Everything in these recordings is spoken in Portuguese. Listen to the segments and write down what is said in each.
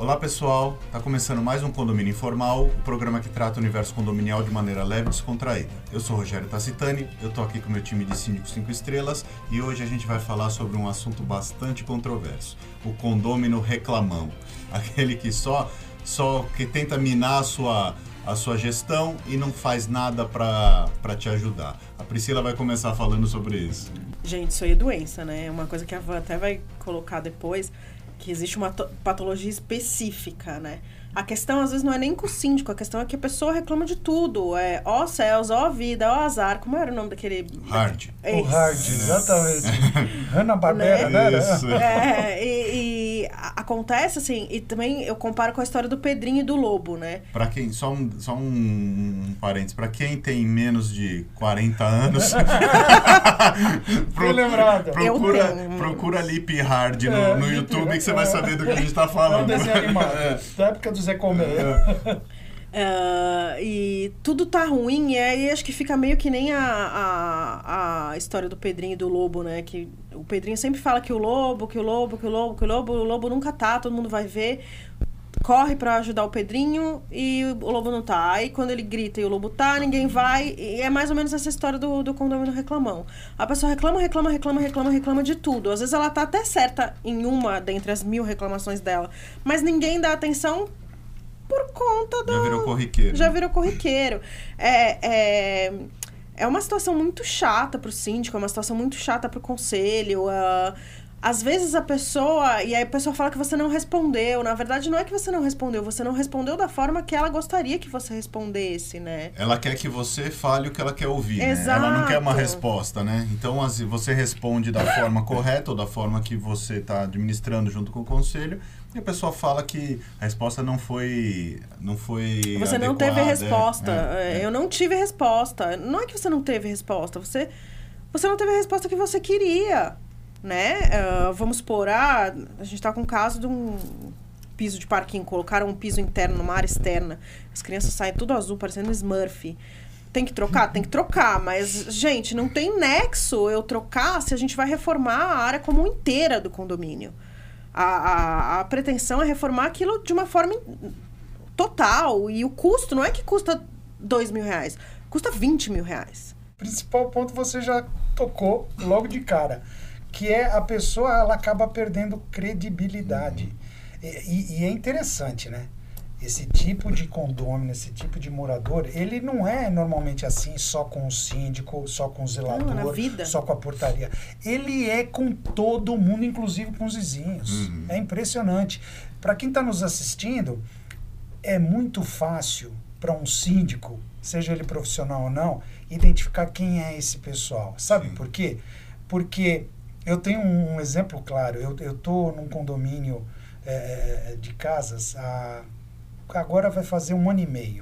Olá pessoal, está começando mais um Condomínio Informal, o programa que trata o universo condominial de maneira leve e descontraída. Eu sou Rogério Tacitani, eu estou aqui com o meu time de síndicos 5 estrelas e hoje a gente vai falar sobre um assunto bastante controverso, o condômino reclamão, aquele que só que tenta minar a sua gestão e não faz nada para te ajudar. A Priscila vai começar falando sobre isso. Gente, isso aí é doença, né? É uma coisa que a Van até vai colocar depois, que existe uma patologia específica, né? A questão, às vezes, não é nem com o síndico, a questão é que a pessoa reclama de tudo. É ó céus, ó vida, ó azar. Como era o nome daquele... Hard. O Hard, exatamente. Hanna-Barbera, né? Isso. E acontece, assim, e também eu comparo com a história do Pedrinho e do Lobo, né? Pra quem, só um parênteses, pra quem tem menos de 40 anos, procura Lip Hard no YouTube que você vai saber do que a gente tá falando. É um desenho animado, da época do Zé Colmeia. E tudo tá ruim, e aí acho que fica meio que nem a história do Pedrinho e do Lobo, né? Que o Pedrinho sempre fala que o lobo nunca tá, todo mundo vai ver, corre pra ajudar o Pedrinho e o lobo não tá. Aí quando ele grita e o lobo tá, ninguém vai, e é mais ou menos essa história do condomínio reclamão. A pessoa reclama de tudo. Às vezes ela tá até certa em uma dentre as 1000 reclamações dela, mas ninguém dá atenção por conta do... Já virou corriqueiro. É uma situação muito chata pro síndico, é uma situação muito chata pro conselho. Às vezes a pessoa... E aí a pessoa fala que você não respondeu. Na verdade, não é que você não respondeu da forma que ela gostaria que você respondesse, né? Ela quer que você fale o que ela quer ouvir, Exato. né? Ela não quer uma resposta, né? Então, você responde da forma correta ou da forma que você está administrando junto com o conselho. E a pessoa fala que a resposta não foi Você adequada, não teve resposta. Eu não tive resposta. Não é que você não teve resposta. Você não teve a resposta que você queria, né? Vamos supor, a gente tá com um caso de um piso de parquinho. Colocaram um piso interno numa área externa. As crianças saem tudo azul, parecendo Smurf. Tem que trocar? Tem que trocar. Mas, gente, não tem nexo eu trocar se a gente vai reformar a área comum inteira do condomínio. A pretensão é reformar aquilo de uma forma total. E o custo não é que custa R$2.000, custa R$20.000. O principal ponto você já tocou logo de cara, que é a pessoa, ela acaba perdendo credibilidade. E é interessante, né? Esse tipo de condômino, esse tipo de morador, ele não é normalmente assim só com o síndico, só com o zelador, só com a portaria. Ele é com todo mundo, inclusive com os vizinhos. É impressionante. Para quem está nos assistindo, é muito fácil para um síndico, seja ele profissional ou não, identificar quem é esse pessoal. Sabe por quê? Porque eu tenho um exemplo claro. Eu estou num condomínio de casas agora vai fazer 1 ano e meio.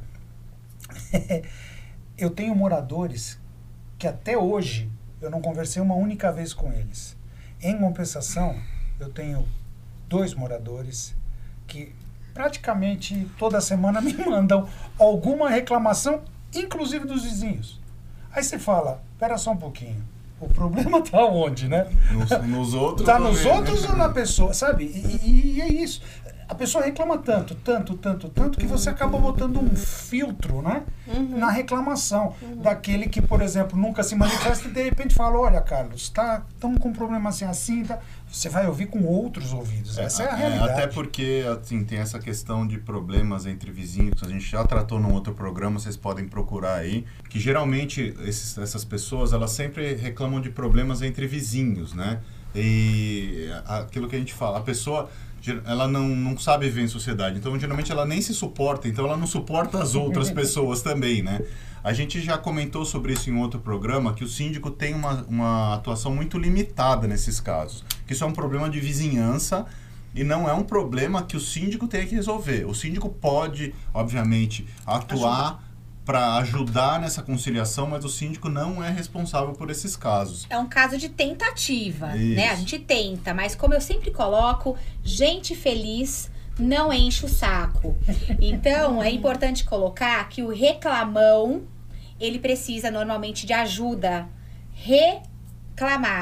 Eu tenho moradores que até hoje eu não conversei uma única vez com eles. Em compensação, eu tenho 2 moradores que praticamente toda semana me mandam alguma reclamação, inclusive dos vizinhos. Aí você fala, espera só um pouquinho, o problema está onde, né? Nos outros. Está nos outros ou na pessoa, sabe? E é isso. A pessoa reclama tanto que você acaba botando um filtro, né? Na reclamação. Daquele que, por exemplo, nunca se manifesta e de repente fala, olha, Carlos, estamos com um problema assim, tá? Você vai ouvir com outros ouvidos. Essa é a realidade. Até porque, assim, tem essa questão de problemas entre vizinhos. A gente já tratou num outro programa, vocês podem procurar aí. Que geralmente essas pessoas, elas sempre reclamam de problemas entre vizinhos, né? E aquilo que a gente fala, a pessoa... ela não sabe viver em sociedade, então geralmente ela nem se suporta, então ela não suporta as outras pessoas também, né? A gente já comentou sobre isso em outro programa, que o síndico tem uma atuação muito limitada nesses casos, que isso é um problema de vizinhança e não é um problema que o síndico tem que resolver. O síndico pode, obviamente, atuar para ajudar nessa conciliação, mas o síndico não é responsável por esses casos. É um caso de tentativa, né? A gente tenta, mas como eu sempre coloco, gente feliz não enche o saco. Então, é importante colocar que o reclamão, ele precisa normalmente de ajuda. Reclamar.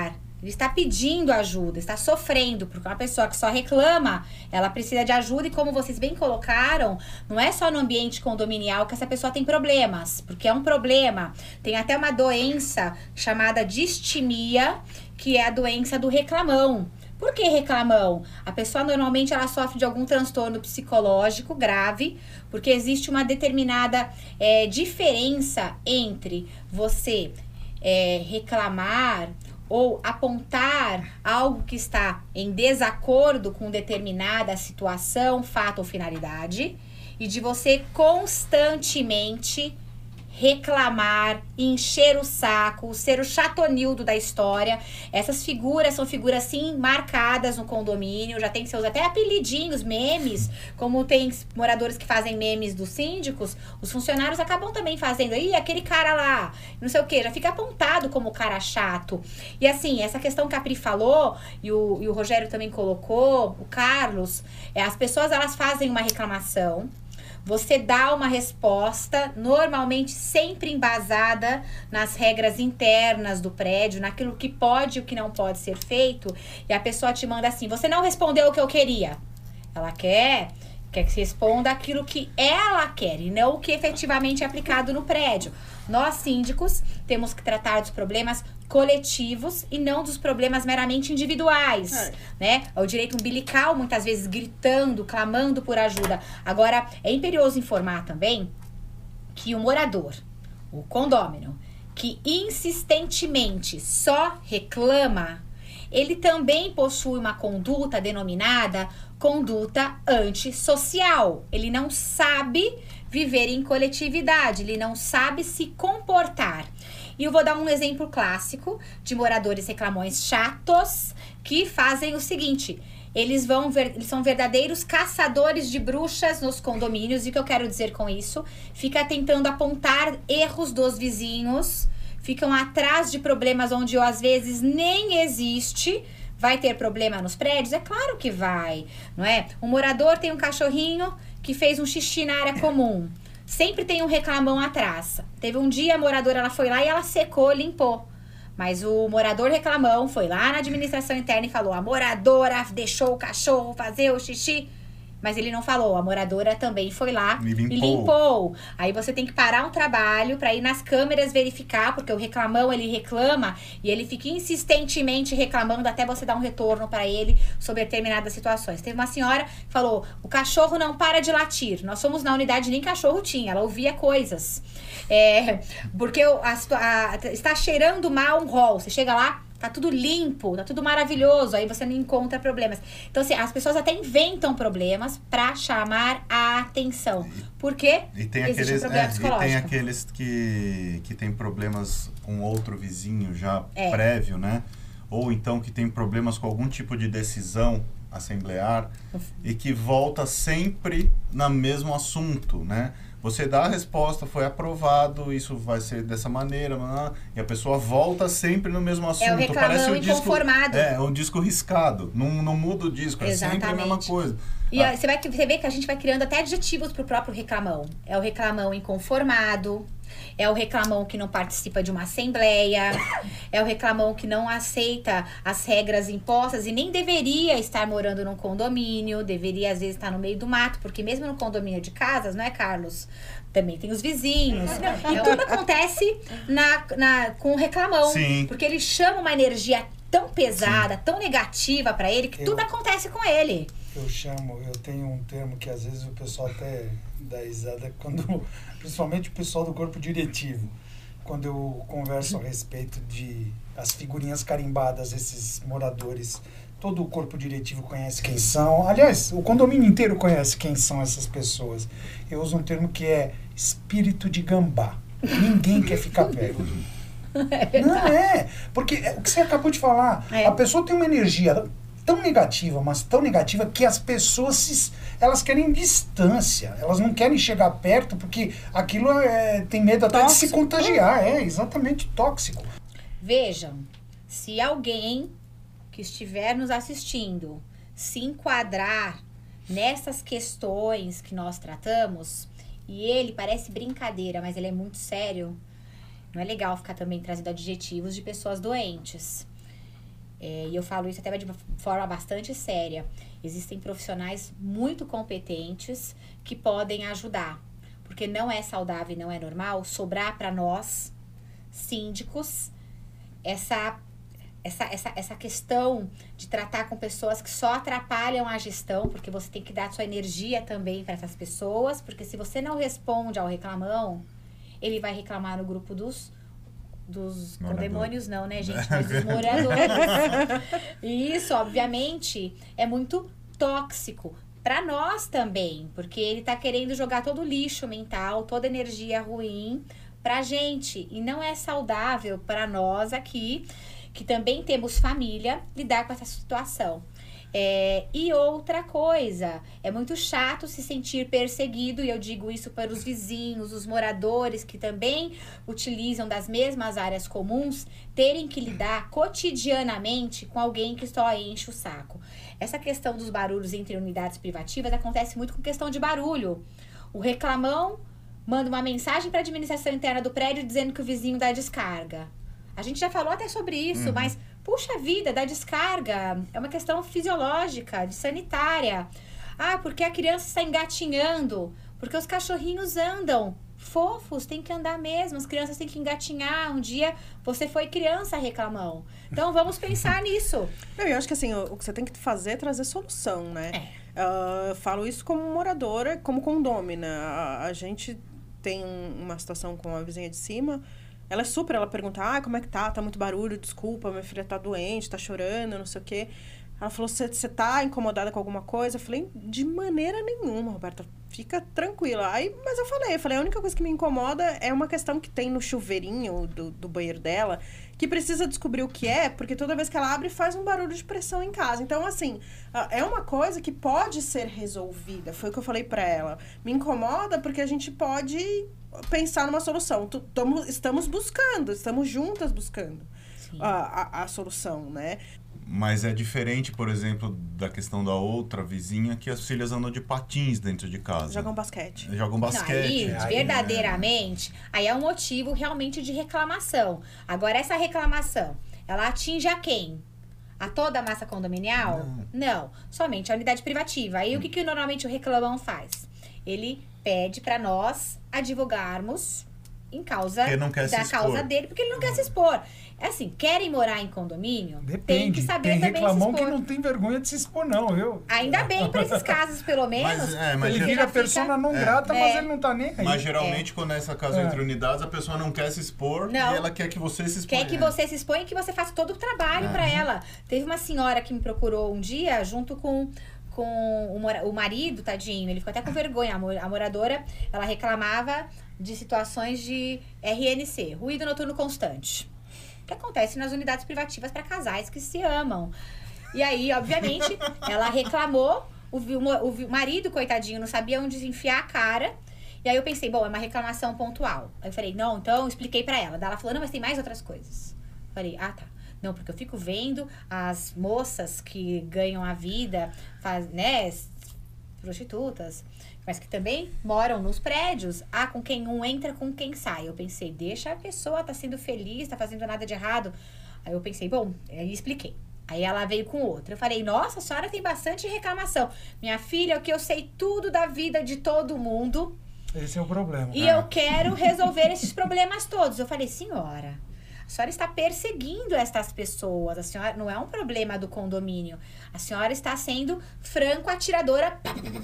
Ele está pedindo ajuda, está sofrendo, porque uma pessoa que só reclama, ela precisa de ajuda, e como vocês bem colocaram, não é só no ambiente condominial que essa pessoa tem problemas, porque é um problema. Tem até uma doença chamada distimia, que é a doença do reclamão. Por que reclamão? A pessoa normalmente ela sofre de algum transtorno psicológico grave, porque existe uma determinada diferença entre você reclamar ou apontar algo que está em desacordo com determinada situação, fato ou finalidade, e de você constantemente reclamar, encher o saco, ser o chatonildo da história. Essas figuras são figuras, sim, marcadas no condomínio, já tem seus até apelidinhos, memes, como tem moradores que fazem memes dos síndicos, os funcionários acabam também fazendo, aí aquele cara lá, não sei o que, já fica apontado como cara chato. E assim, essa questão que a Pri falou, e o Rogério também colocou, o Carlos, as pessoas elas fazem uma reclamação, você dá uma resposta, normalmente sempre embasada nas regras internas do prédio, naquilo que pode e o que não pode ser feito, e a pessoa te manda assim, você não respondeu o que eu queria. Ela quer que se responda aquilo que ela quer e não o que efetivamente é aplicado no prédio. Nós, síndicos, temos que tratar dos problemas coletivos e não dos problemas meramente individuais, né? O direito umbilical, muitas vezes, gritando, clamando por ajuda. Agora, é imperioso informar também que o morador, o condômino, que insistentemente só reclama, ele também possui uma conduta denominada conduta antissocial. Ele não sabe viver em coletividade, ele não sabe se comportar. E eu vou dar um exemplo clássico de moradores reclamões chatos que fazem o seguinte: eles são verdadeiros caçadores de bruxas nos condomínios. E o que eu quero dizer com isso? Fica tentando apontar erros dos vizinhos, ficam atrás de problemas onde às vezes nem existe. Vai ter problema nos prédios? É claro que vai, não é? Um morador tem um cachorrinho que fez um xixi na área comum. Sempre tem um reclamão atrás. Teve um dia a moradora ela foi lá e ela secou, limpou. Mas o morador reclamão foi lá na administração interna e falou: a moradora deixou o cachorro fazer o xixi. Mas ele não falou, a moradora também foi lá e limpou. Aí você tem que parar um trabalho para ir nas câmeras verificar, porque o reclamão, ele reclama e ele fica insistentemente reclamando até você dar um retorno para ele sobre determinadas situações. Teve uma senhora que falou, o cachorro não para de latir. Nós fomos na unidade, nem cachorro tinha, ela ouvia coisas. Porque está cheirando mal um rol. Você chega lá, tá tudo limpo, tá tudo maravilhoso, aí você não encontra problemas. Então, assim, as pessoas até inventam problemas pra chamar a atenção. Por quê? E tem aqueles, e tem aqueles que tem problemas com outro vizinho já prévio, né? Ou então que tem problemas com algum tipo de decisão assemblear e que volta sempre no mesmo assunto, né? Você dá a resposta, foi aprovado, isso vai ser dessa maneira, e a pessoa volta sempre no mesmo assunto. É o reclamão inconformado. É um disco riscado, não muda o disco, Exatamente. É sempre a mesma coisa. E você vê que a gente vai criando até adjetivos pro próprio reclamão. É o reclamão inconformado, é o reclamão que não participa de uma assembleia, é o reclamão que não aceita as regras impostas e nem deveria estar morando num condomínio, deveria às vezes estar no meio do mato, porque mesmo no condomínio de casas, não é, Carlos? Também tem os vizinhos. E tudo acontece com o reclamão. Sim. Porque ele chama uma energia tão pesada, tão negativa pra ele, que tudo acontece com ele. Eu tenho um termo que às vezes o pessoal até dá risada, principalmente o pessoal do corpo diretivo, quando eu converso a respeito de as figurinhas carimbadas, esses moradores, todo o corpo diretivo conhece quem são, aliás, o condomínio inteiro conhece quem são essas pessoas. Eu uso um termo que é espírito de gambá. Ninguém quer ficar perto. Não é, porque o que você acabou de falar, a pessoa tem uma energia tão negativa, mas tão negativa que as pessoas elas querem distância, elas não querem chegar perto porque aquilo tem medo até tóxico. De se contagiar, é exatamente tóxico. Vejam, se alguém que estiver nos assistindo se enquadrar nessas questões que nós tratamos, e ele parece brincadeira, mas ele é muito sério, não é legal ficar também trazendo adjetivos de pessoas doentes. E eu falo isso até de uma forma bastante séria. Existem profissionais muito competentes que podem ajudar. Porque não é saudável e não é normal sobrar para nós, síndicos, essa questão de tratar com pessoas que só atrapalham a gestão, porque você tem que dar sua energia também para essas pessoas, porque se você não responde ao reclamão, ele vai reclamar no grupo dos condemônios não, né, gente? Mas dos moradores. E isso, obviamente, é muito tóxico para nós também, porque ele tá querendo jogar todo o lixo mental, toda energia ruim pra gente. E não é saudável para nós aqui, que também temos família, lidar com essa situação. E outra coisa, é muito chato se sentir perseguido, e eu digo isso para os vizinhos, os moradores que também utilizam das mesmas áreas comuns, terem que lidar cotidianamente com alguém que só enche o saco. Essa questão dos barulhos entre unidades privativas acontece muito com questão de barulho. O reclamão manda uma mensagem para a administração interna do prédio dizendo que o vizinho dá descarga. A gente já falou até sobre isso, mas, puxa vida, da descarga é uma questão fisiológica, de sanitária. Ah, porque a criança está engatinhando, porque os cachorrinhos andam fofos, tem que andar mesmo, as crianças têm que engatinhar. Um dia você foi criança, reclamão. Então, vamos pensar nisso. Eu acho que assim, o que você tem que fazer é trazer solução, né? Falo isso como moradora, como condômina. A gente tem uma situação com a vizinha de cima. Ela é super, ela pergunta, como é que tá? Tá muito barulho, desculpa, minha filha tá doente, tá chorando, não sei o quê. Ela falou, você tá incomodada com alguma coisa? Eu falei, de maneira nenhuma, Roberta, fica tranquila. Mas eu falei, a única coisa que me incomoda é uma questão que tem no chuveirinho do banheiro dela, que precisa descobrir o que é, porque toda vez que ela abre, faz um barulho de pressão em casa. Então, assim, é uma coisa que pode ser resolvida, foi o que eu falei pra ela. Me incomoda porque a gente pode pensar numa solução. Estamos buscando, estamos juntas buscando a solução, né? Mas é diferente, por exemplo, da questão da outra vizinha, que as filhas andam de patins dentro de casa. Jogam basquete. Verdadeiramente, aí é um motivo realmente de reclamação. Agora, essa reclamação, ela atinge a quem? A toda a massa condominial? Não. Somente a unidade privativa. Aí, o que normalmente o reclamão faz? Ele pede para nós advogarmos em causa da causa dele, porque ele não quer se expor. É assim, querem morar em condomínio? Depende. Tem que saber tem também se reclamão expor. que não tem vergonha de se expor, não, viu? Ainda bem, para esses casos, pelo menos. Ele vira persona não grata, mas ele não tá nem aí. Mas geralmente, quando é essa casa entre unidades, a pessoa não quer se expor e ela quer que você se exponha. Quer que você se exponha e que você faça todo o trabalho para ela. Teve uma senhora que me procurou um dia, junto com o marido, tadinho, ele ficou até com vergonha. A moradora, ela reclamava de situações de RNC, ruído noturno constante, que acontece nas unidades privativas para casais que se amam. E aí, obviamente, ela reclamou, o marido, coitadinho, não sabia onde enfiar a cara. E aí eu pensei, bom, é uma reclamação pontual. Aí eu falei, não, então, expliquei para ela. Daí ela falou, não, mas tem mais outras coisas. Eu falei, tá. Não, porque eu fico vendo as moças que ganham a vida, prostitutas, mas que também moram nos prédios. Com quem um entra, com quem sai. Eu pensei, deixa a pessoa, tá sendo feliz, tá fazendo nada de errado. Aí eu pensei, bom, aí expliquei. Aí ela veio com outra. Eu falei, nossa, a senhora tem bastante reclamação. Minha filha, o que eu sei tudo da vida de todo mundo. Esse é o problema. E eu quero resolver esses problemas todos. Eu falei, senhora, a senhora está perseguindo estas pessoas. A senhora não é um problema do condomínio. A senhora está sendo franco atiradora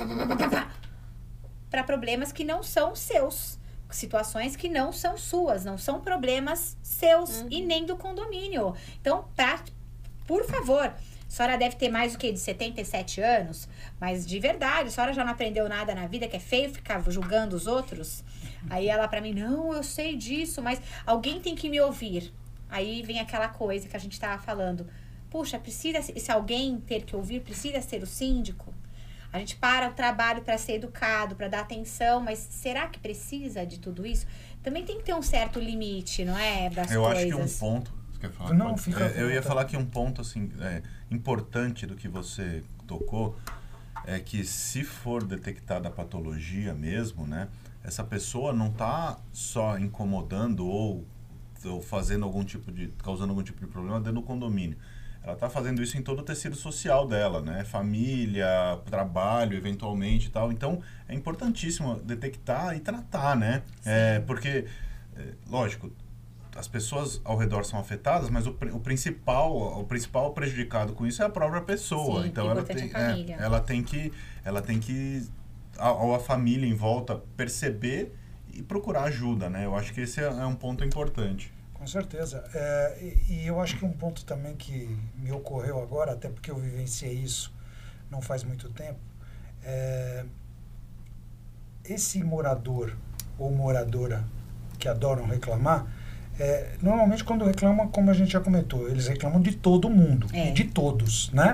para problemas que não são seus. Situações que não são suas. Não são problemas seus e nem do condomínio. Então, por favor, a senhora deve ter mais do que de 77 anos, mas de verdade, a senhora já não aprendeu nada na vida, que é feio ficar julgando os outros? Aí ela pra mim, não, eu sei disso, mas alguém tem que me ouvir. Aí vem aquela coisa que a gente tava falando. Puxa, se alguém ter que ouvir, precisa ser o síndico? A gente para o trabalho para ser educado, para dar atenção, mas será que precisa de tudo isso? Também tem que ter um certo limite, não é? Das coisas. Eu acho que um ponto... Quer falar? Não, fica eu ia falar que um ponto assim, importante do que você tocou é que se for detectada a patologia mesmo, né, essa pessoa não está só incomodando ou fazendo causando algum tipo de problema dentro do condomínio. ela está fazendo isso em todo o tecido social dela, né? Família, trabalho, eventualmente e tal. Então, é importantíssimo detectar e tratar, né? Porque, lógico, as pessoas ao redor são afetadas, mas o principal prejudicado com isso é a própria pessoa. Sim, então, ela tem que a família em volta perceber e procurar ajuda, né? Eu acho que esse é um ponto importante. Com certeza. E eu acho que um ponto também que me ocorreu agora, até porque eu vivenciei isso não faz muito tempo, esse morador ou moradora que adoram reclamar, normalmente quando reclamam, como a gente já comentou, eles reclamam de todo mundo, e de todos, né?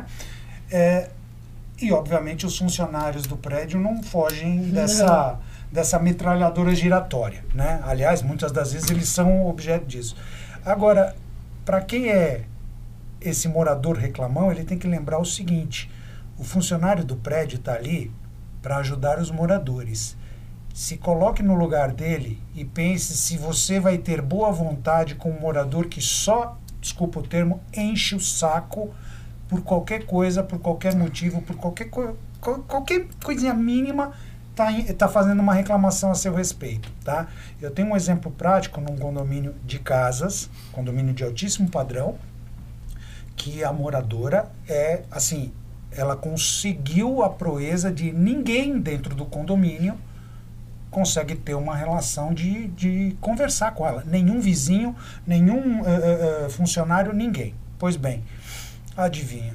E, obviamente, os funcionários do prédio não fogem dessa metralhadora giratória, né? Aliás, muitas das vezes eles são objeto disso. Agora, para quem é esse morador reclamão, ele tem que lembrar o seguinte: o funcionário do prédio está ali para ajudar os moradores. Se coloque no lugar dele e pense se você vai ter boa vontade com um morador que só, desculpa o termo, enche o saco por qualquer coisa, por qualquer motivo, por qualquer coisinha mínima, tá fazendo uma reclamação a seu respeito, tá? Eu tenho um exemplo prático num condomínio de casas, condomínio de altíssimo padrão, que a moradora ela conseguiu a proeza de ninguém dentro do condomínio consegue ter uma relação de conversar com ela. Nenhum vizinho, nenhum funcionário, ninguém. Pois bem, adivinha,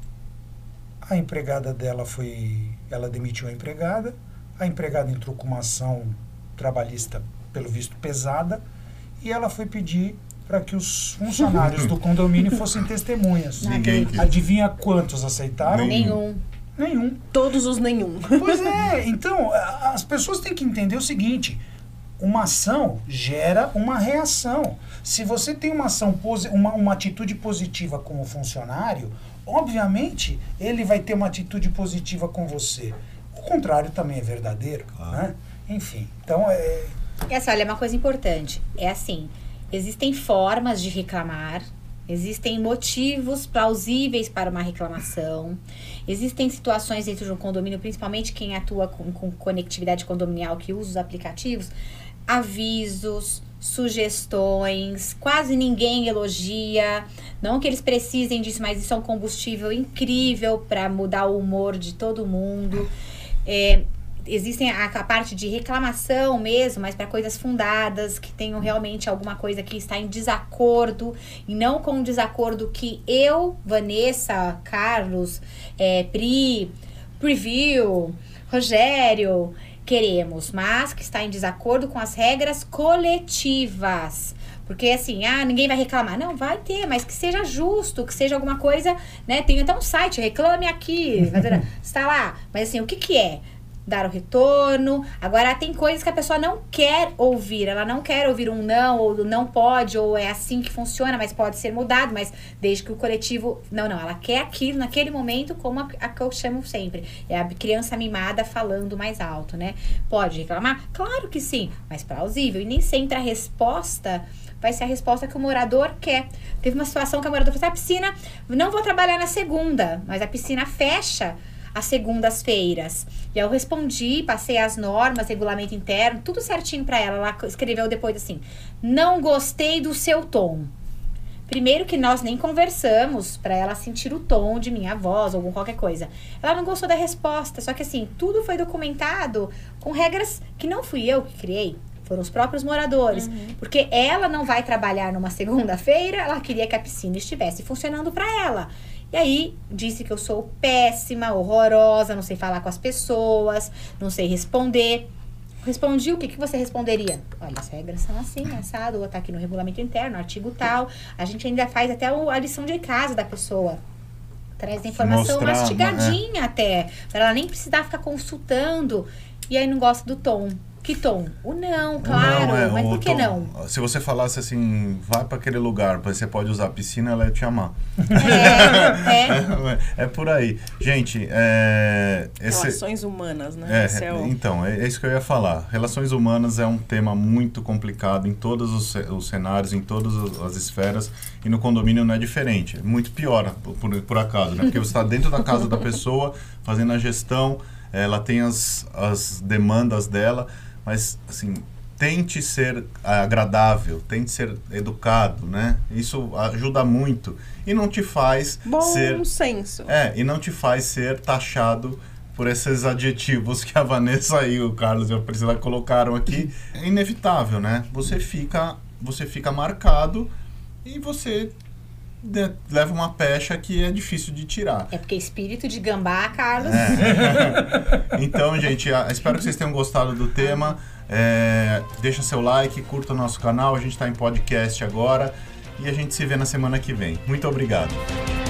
a empregada dela ela demitiu a empregada entrou com uma ação trabalhista, pelo visto, pesada, e ela foi pedir para que os funcionários do condomínio fossem testemunhas. Ninguém. Adivinha quantos aceitaram? Nenhum. Todos os nenhum. Pois então, as pessoas têm que entender o seguinte: uma ação gera uma reação. Se você tem uma ação, uma atitude positiva como funcionário, obviamente ele vai ter uma atitude positiva com você. O contrário também é verdadeiro, né? Enfim, então olha, uma coisa importante, existem formas de reclamar, existem motivos plausíveis para uma reclamação, existem situações dentro de um condomínio, principalmente quem atua com conectividade condominial, que usa os aplicativos, avisos, sugestões, quase ninguém elogia, não que eles precisem disso, mas isso é um combustível incrível para mudar o humor de todo mundo. Existem a parte de reclamação mesmo, mas para coisas fundadas, que tenham realmente alguma coisa que está em desacordo, e não com um desacordo que eu, Vanessa, Carlos, Preview, Rogério, queremos, mas que está em desacordo com as regras coletivas. Porque ninguém vai reclamar. Não, vai ter, mas que seja justo, que seja alguma coisa, né? Tem até um site, reclame aqui, está lá. Mas o que é? Dar o retorno. Agora, tem coisas que a pessoa não quer ouvir. Ela não quer ouvir um não, ou não pode, ou é assim que funciona, mas pode ser mudado, mas desde que o coletivo... Não, ela quer aquilo naquele momento, como a que eu chamo sempre. É a criança mimada falando mais alto, né? Pode reclamar? Claro que sim, mas plausível. E nem sempre a resposta vai ser a resposta que o morador quer. Teve uma situação que o morador falou: a piscina, não vou trabalhar na segunda, mas a piscina fecha às segundas-feiras. E eu respondi, passei as normas, regulamento interno, tudo certinho pra ela. Ela escreveu depois não gostei do seu tom. Primeiro que nós nem conversamos pra ela sentir o tom de minha voz ou qualquer coisa. Ela não gostou da resposta, só que tudo foi documentado com regras que não fui eu que criei. Foram os próprios moradores. Porque ela não vai trabalhar numa segunda-feira, ela queria que a piscina estivesse funcionando pra ela. E aí, disse que eu sou péssima, horrorosa, não sei falar com as pessoas, não sei responder. Respondi, o que você responderia? Olha, as regras são assim, assado, tá aqui no regulamento interno, artigo tal. A gente ainda faz até a lição de casa da pessoa. Traz a informação mastigadinha até, pra ela nem precisar ficar consultando. E aí não gosta do tom. Que tom? O não, claro. Mas por que não? Se você falasse assim, vai para aquele lugar, você pode usar a piscina, ela ia te amar. É por aí. Gente, relações humanas, né? Então, é isso que eu ia falar. Relações humanas é um tema muito complicado em todos os cenários, em todas as esferas, e no condomínio não é diferente. É muito pior, por acaso, né? Porque você está dentro da casa da pessoa, fazendo a gestão, ela tem as demandas dela, mas, assim, tente ser agradável, tente ser educado, né? Isso ajuda muito. E não te faz Bom senso. E não te faz ser taxado por esses adjetivos que a Vanessa e o Carlos e a Priscila colocaram aqui. É inevitável, né? Você fica marcado e você leva uma pecha que é difícil de tirar. É porque espírito de gambá, Carlos. Então, gente, espero que vocês tenham gostado do tema. Deixa seu like, curta o nosso canal. A gente está em podcast agora e a gente se vê na semana que vem. Muito obrigado.